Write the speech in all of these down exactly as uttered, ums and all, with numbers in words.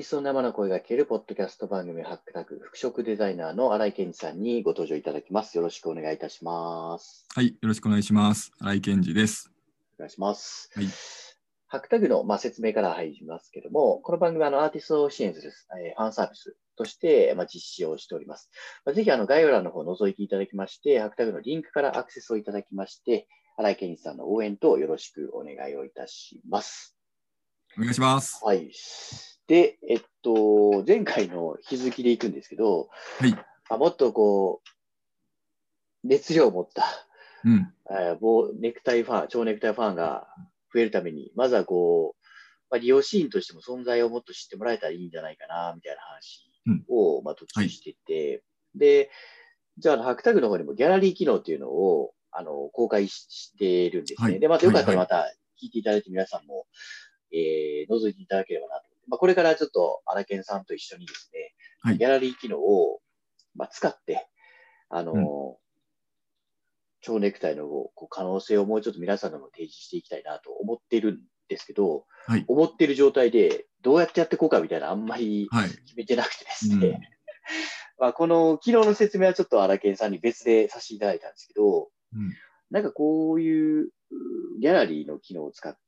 ーティストの生の声が聞けるポッドキャスト番組ハックタグ服飾デザイナーの新井健二さんにご登場いただきます。よろしくお願いいたします。 はい、よろしくお願いします。新井健二です。 お願いします。 はい、 ハックタグの、まあ、説明から入りますけども、この番組はあのアーティストを支援する、えーファンサービスとして、まあ、実施をしております。まあ、ぜひあの概要欄の方を覗いていただきまして、ハックタグのリンクからアクセスをいただきまして、新井健二さんの応援とよろしくお願いをいたします。 お願いします。 はい。で、えっと、前回の日付でいくんですけど、 はい。 あもっとこう、熱量を持った、 うん。 えー棒ネクタイファン、蝶ネクタイファンが増えるために、まずはこう、まあ、利用シーンとしても存在をもっと知ってもらえたらいいんじゃないかな、みたいな話を、まあ、途中してて、で、じゃあ、ハックタグの方にもギャラリー機能っていうのを、あの、公開ししているんですね。 はい。 で、またよかったらはい。 また聞いていただいて皆さんも、えー、覗いていただければなと。まあ、これからちょっと荒研さんと一緒にですね、 はい。 ギャラリー機能を、まあ、使って、あのーうん。 蝶ネクタイのこう可能性をもうちょっと皆さんにも提示していきたいなと思ってるんですけど、 はい。 思ってる状態でどうやってやっていこうかみたいなあんまりはい。 決めてなくてですね、 うん。 まあこの機能の説明はちょっと荒研さんに別でさせていただいたんですけど、 うん。 なんかこういうギャラリーの機能を使って、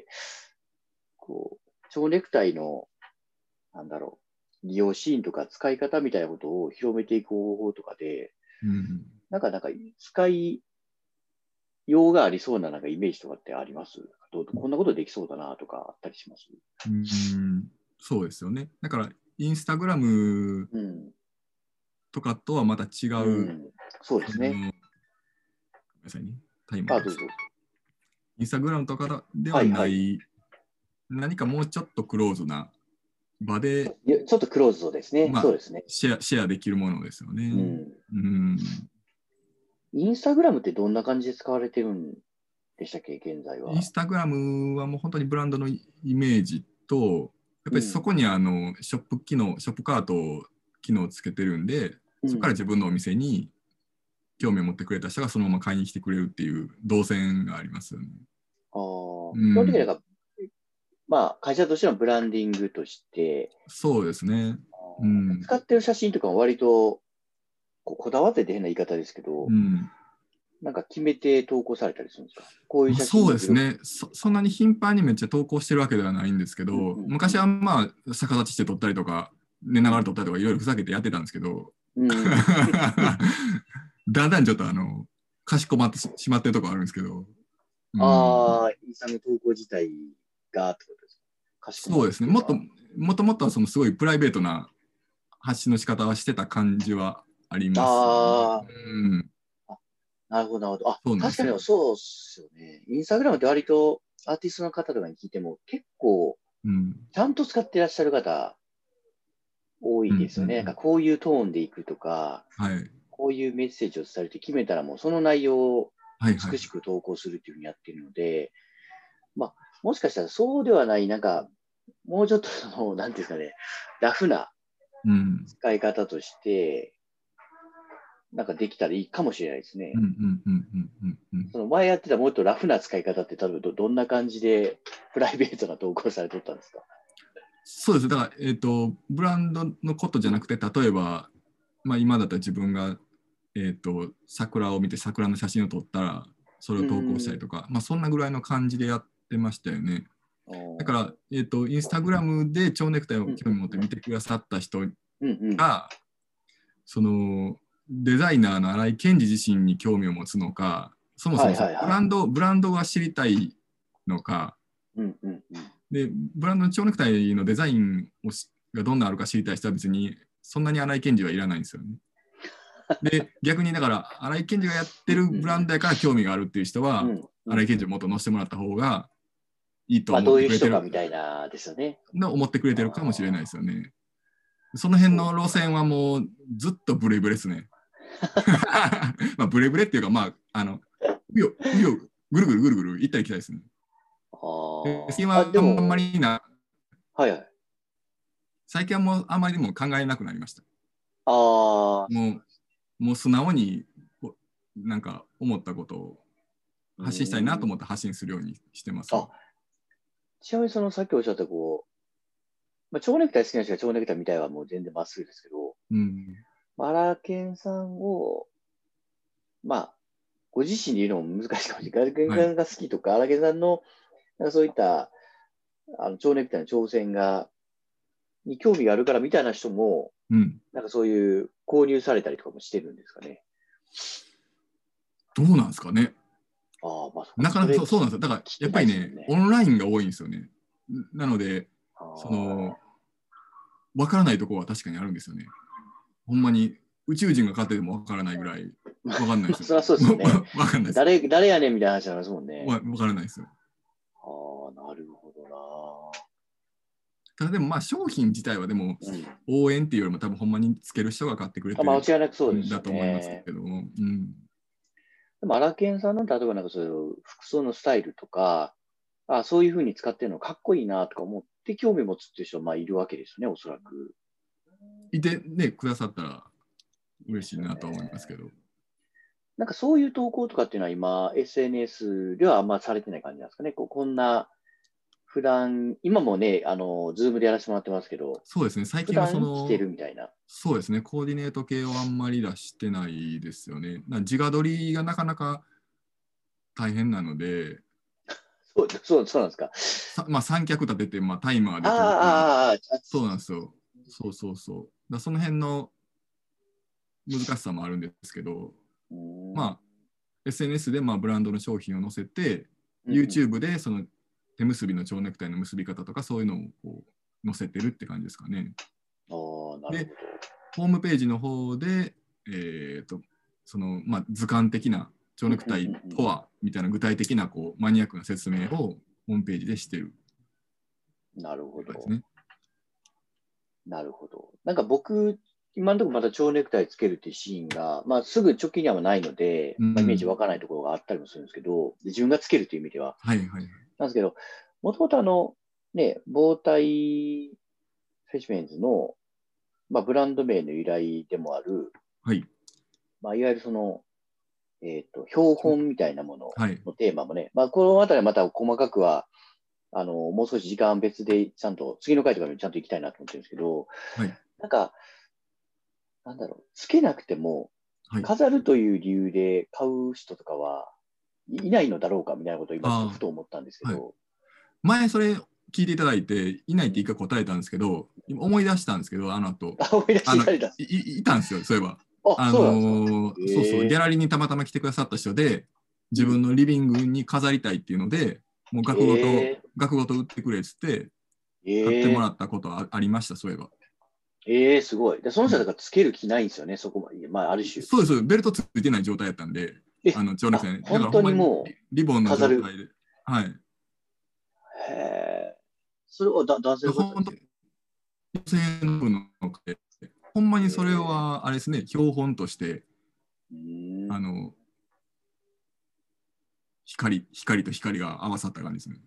こう、蝶ネクタイの、なんだろう、利用シーンとか使い方みたいなことを広めていく方法とかで、 うん。 なんか、なんか、使いようがありそうななんかイメージとかってあります？どうこんなことできそうだなとかあったりします？ うん。そうですよね。だから、インスタグラムうん。 とかとはまた違うう、 ん。そうですね。 その、ごめんなさいね。タイマあ、 ーです。 どうぞ。 インスタグラムとかでははいはい。 ない何かもうちょっとクローズな場で、 いやちょっとクローズドですね。 まあ、 そうですね。 シェア、シェアできるものですよね。 うん。 うん。 インスタグラムってどんな感じで使われてるんでしたっけ、現在は？ インスタグラムはもう本当にブランドのイメージと、やっぱりそうん。 こにあのショップ機能、ショップカート機能をつけてるんで、そこからうん。 自分のお店に興味を持ってくれた人がそのまま買いに来てくれるっていう動線がありますよね。 ああ、 うん、 基本的になんか、まあ、会社としてのブランディングとして、 そうですね。うあーん、 使ってる写真とかも割とここだわってて変な言い方ですけど、 うん。 なんか決めて投稿されたりするんですか？こういうまあ、 写真そうに広く。 ですねそ。そんなに頻繁にめっちゃ投稿してるわけではないんですけうんど、 うんうん。 昔はまあ逆立ちして撮ったりとか、寝ながら撮うん。 ったりとかいろいろふざけてやってたんですけど、 うん。 だんだんちょっとあの、かしこまってしまってるところあるんですけど、うん、 ああ、インスタの投稿自体がってことですか？かしこまそうですね。もっと、 るっていうのは。 もともとはそのすごいプライベートな発信の仕方はしてた感じはありますよね。 あうん、 あ、あ、なるほど、なるほど。あ、 そうなんですよ。 確かにそうっすよね。インスタグラムって割とアーティストの方とかに聞いても結構うん、 ちゃんと使ってらっしゃる方多うん、うん、 いですよね。なんかうん。 こういうトーンでいくとか、 はい。 こういうメッセージを伝えるって決めたらもうその内容をはい、はい。 美しく投稿するっていうふうにやってるので、まあ、もしかしたらそうではない、なんか、もうちょっとその、なんていうんですかね、ラフなうん、 使い方として、なんかできたらいいかもしれないですうん、うね。 ん、うん、うん、うん、うん。 その前やってたもっとラフな使い方って多分どどんな感じでプライベートな投稿されてたんですか？ そうです。だから、えっと、ブランドのことじゃなくて、例えば、まあ、今だったら自分が、えっと、桜を見て桜の写真を撮ったら、それうを投稿したりん。 とか、まあ、そんなぐらいの感じでやってましたよね。だかおら、えっと、インスタグラムで蝶ネクタイをうん興味持って見てくださった人うんうん。 が、その、デザイナーの新井健二自身に興味を持つのか、そもそはもそのいはいはい。 ブランド、ブランドが知りたいのか、 うんうんうん。 で、ブランドの蝶ネクタイのデザインをしがどんなあるか知りたい人は別にそんなに新井健二はいらないんですよね。で、逆にだから新井健二がやってるブランドやから興味があるっていう人は、 うんう新井んうん。 健二をもっと載せてもらった方がいいとまあ、 思っどういうてくれてる、 人かみたいなですよね。 の思ってくれあてるかもしれないであ、 すよね。その辺そうか。 の路線はもうずっとブレブレですね。まあブレブレっていうか、まあ、あの、海を、海をぐるぐるぐるぐる行ったり来たりですね。で最近ああ、あ、 はあんまでも、 りな、 はいはい。 最近はもうあんまりもう考えなくなりました。 ああ、 もう、もう素直になんか思ったことをうー発信したいなとん。 思って発信するようにしてます。 あ、ちなみにそのさっきおっしゃったこう、 まあ、蝶ネクタイ好きな人が蝶ネクタイみたいはもう全然まっすぐですけど、 うん。 マラケンさんを、まあ、ご自身で言うのも難しいかもしれない。ガラケンさんが好きとか、アラケンさんの、なんかそういった、あの、蝶ネクタイの挑戦が、に興味があるからみたいな人も、 うん。 なんかそういう購入されたりとかもしてるんですかね。 どうなんですかね。 ああ、まあそなかなかそうそうなんですよ。だから、やっぱりね、 ね、 オンラインが多いんですよね。なので、その、わからないところは確かにあるんですよね。ほんまに宇宙人が勝ってでもわからないぐらいわかんないですよ。 そりゃそうですよね。 わかんないです。 誰、誰やねんみたいな話なんですもんね。 わからないですよ。 ああ、なるほどな。 ただでもまあ商品自体はでも応援っていうよりも多分ほんまにつける人が買ってくれてるんだと思いますけども。うん、 でもアラケンさんの例えばなんかそういう服装のスタイルとか、あそういうふうに使ってるのかっこいいなとか思って興味持つっていう人はまあいるわけですよね、おそらく。 いてね、くださったら嬉しいなと思いますけど。 なんかそういう投稿とかっていうのは今 エスエヌエス ではあんまされてない感じなんですかね。こうこんな普段、今もね、あの、ズームでやらせてもらってますけど、 そうですね、最近はその、 普段着てるみたいな。 そうですね、コーディネート系をあんまり出してないですよね。な自画撮りがなかなか大変なので、 そう、そう、そうなんですか。 さまあ、三脚立てて、まあ、タイマーで撮る。 ああ、 そうなんですよ。そうそうそう。だその辺の難しさもあるんですけど、まあ、エスエヌエス でまあブランドの商品を載せて、YouTube でその手結びの蝶ネクタイの結び方とかそういうのをこう載せてるって感じですかね。で、ホームページの方で、えーとそのまあ、図鑑的な蝶ネクタイとはみたいな具体的なこうマニアックな説明をホームページでしてる。 なるほど。 ですね。 なるほど。なんか僕、今のところまた蝶ネクタイつけるっていうシーンが、まあ、すぐ直近にはないので、 うん、 まあ、イメージ湧かないところがあったりもするんですけど、自分がつけるという意味では。 はいはいはい。 なんですけど、もともとあの、ね、防体フェシメンズの、まあ、ブランド名の由来でもある、 はい。 まあ、いわゆるその、えっ、ー、と、標本みたいなもののテーマもね、 はい、 まあ、このあたりはまた細かくは、あの、もう少し時間別でちゃんと、次の回とかにちゃんと行きたいなと思ってるんですけど、 はい、 なんか、なんだろう、つけなくても、飾るという理由で買う人とかはいないのだろうかみたいなことを今ちょっとふと思ったんですけど。 はい、前それ聞いていただいて、いないって一回答えたんですけど、今思い出したんですけど、あの後。 あ、思い出していただいた。 い, いたんですよ、そういえば。 あ、 あそうなんですか。 ー、そうそう、ギャラリーにたまたま来てくださった人で、自分のリビングに飾りたいっていうので、もう額ごと、額ごと売ってくれっつって、買ってもらったことはありました、そういえば。 ええー、すごい。で、その人だからつける気ないんですよね、うん、そこまで。まあ、ある種。 そうです、ベルトついてない状態やったんで、あの蝶ネクタイね。だからほんまにリボンの状態で。はい。へえ。それはだ男性の方ですか？ 女性の分のほんまにそれはあれですね、標本として、あの、光、光と光が合わさった感じですね。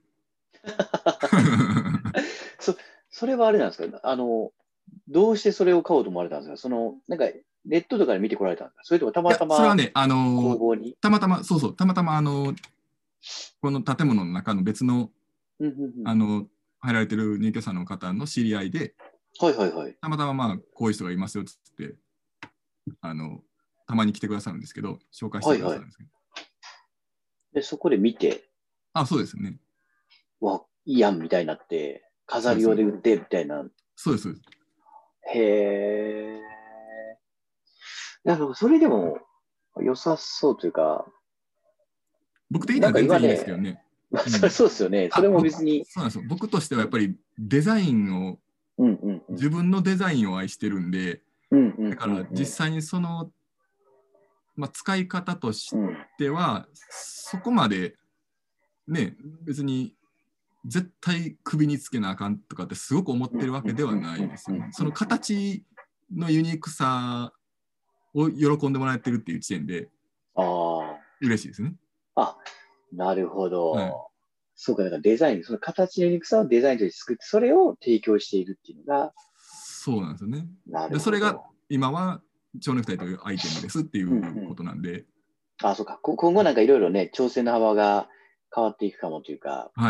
そ, それはあれなんですか？あの、どうしてそれを買おうと思われたんですか？その、なんか、ネットとかで見てこられたんですか？それともたまたま、 それはね、あの工房にたまたま、そうそう、たまたま、あの、この建物の中の別の、あの、入られてる入居者の方の知り合いで、 はいはいはい。 たまたま、まあ、こういう人がいますよっつって、あの、たまに来てくださるんですけど、紹介してくださるんですけど。はいはい、 で、そこで見て、 あ、そうですね。 わ、いいやんみたいになって、飾り用で売ってみたいな。 そうです。 へえ。なるほど、それでも良さそうというか、 僕的には全然いいですけどね。 まあ、それそうですよね。それも別に。 そうなんですよ。僕としてはやっぱりデザインを、うんうんうん、自分のデザインを愛してるんで、うんうんうんうん、だから実際にその、まあ、使い方としては、うん、そこまでね、別に絶対首につけなあかんとかってすごく思ってるわけではないですよね。その形のユニークさを喜んでもらえてるっていう時点で、あ嬉しいですね。 あ、なるほど。はい、そうか、だからデザイン、その形のユニークさをデザインとして作って、それを提供しているっていうのが。 そうなんですよね。でそれが今は蝶ネクタイというアイテムですっていうことなんで。うんうん、 あ、そうか。今後なんかいろいろね、調整の幅が変わっていくかもというか、 はい、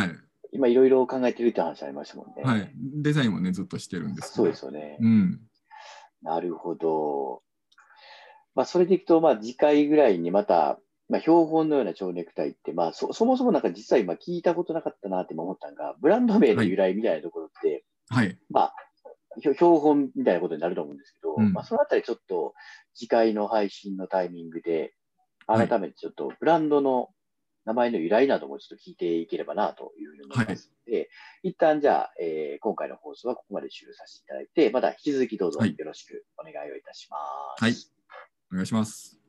今いろいろ考えてるって話ありましたもんね。 はい。デザインもね、ずっとしてるんですけど。 そうですよね。 うん。 なるほど。まあ、それでいくと、まあ、次回ぐらいにまた、まあ、標本のような蝶ネクタイって、まあそ、そもそもなんか実は今聞いたことなかったなって今思ったのが、ブランド名の由はい。 来みたいなところって、 はい。 まあ、標標本みたいなことになると思うんですけど、まあ、 うん。 そのあたりちょっと次回の配信のタイミングで、 はい。 改めてちょっとブランドの名前の由来などもちょっと聞いていければなというふうに思いはい。 ますので、一旦じゃあ、えー今回の放送はここまで終了させていただいて、また引き続きどうぞはい。 よろしくお願いをいたしまはい。 す。 お願いします。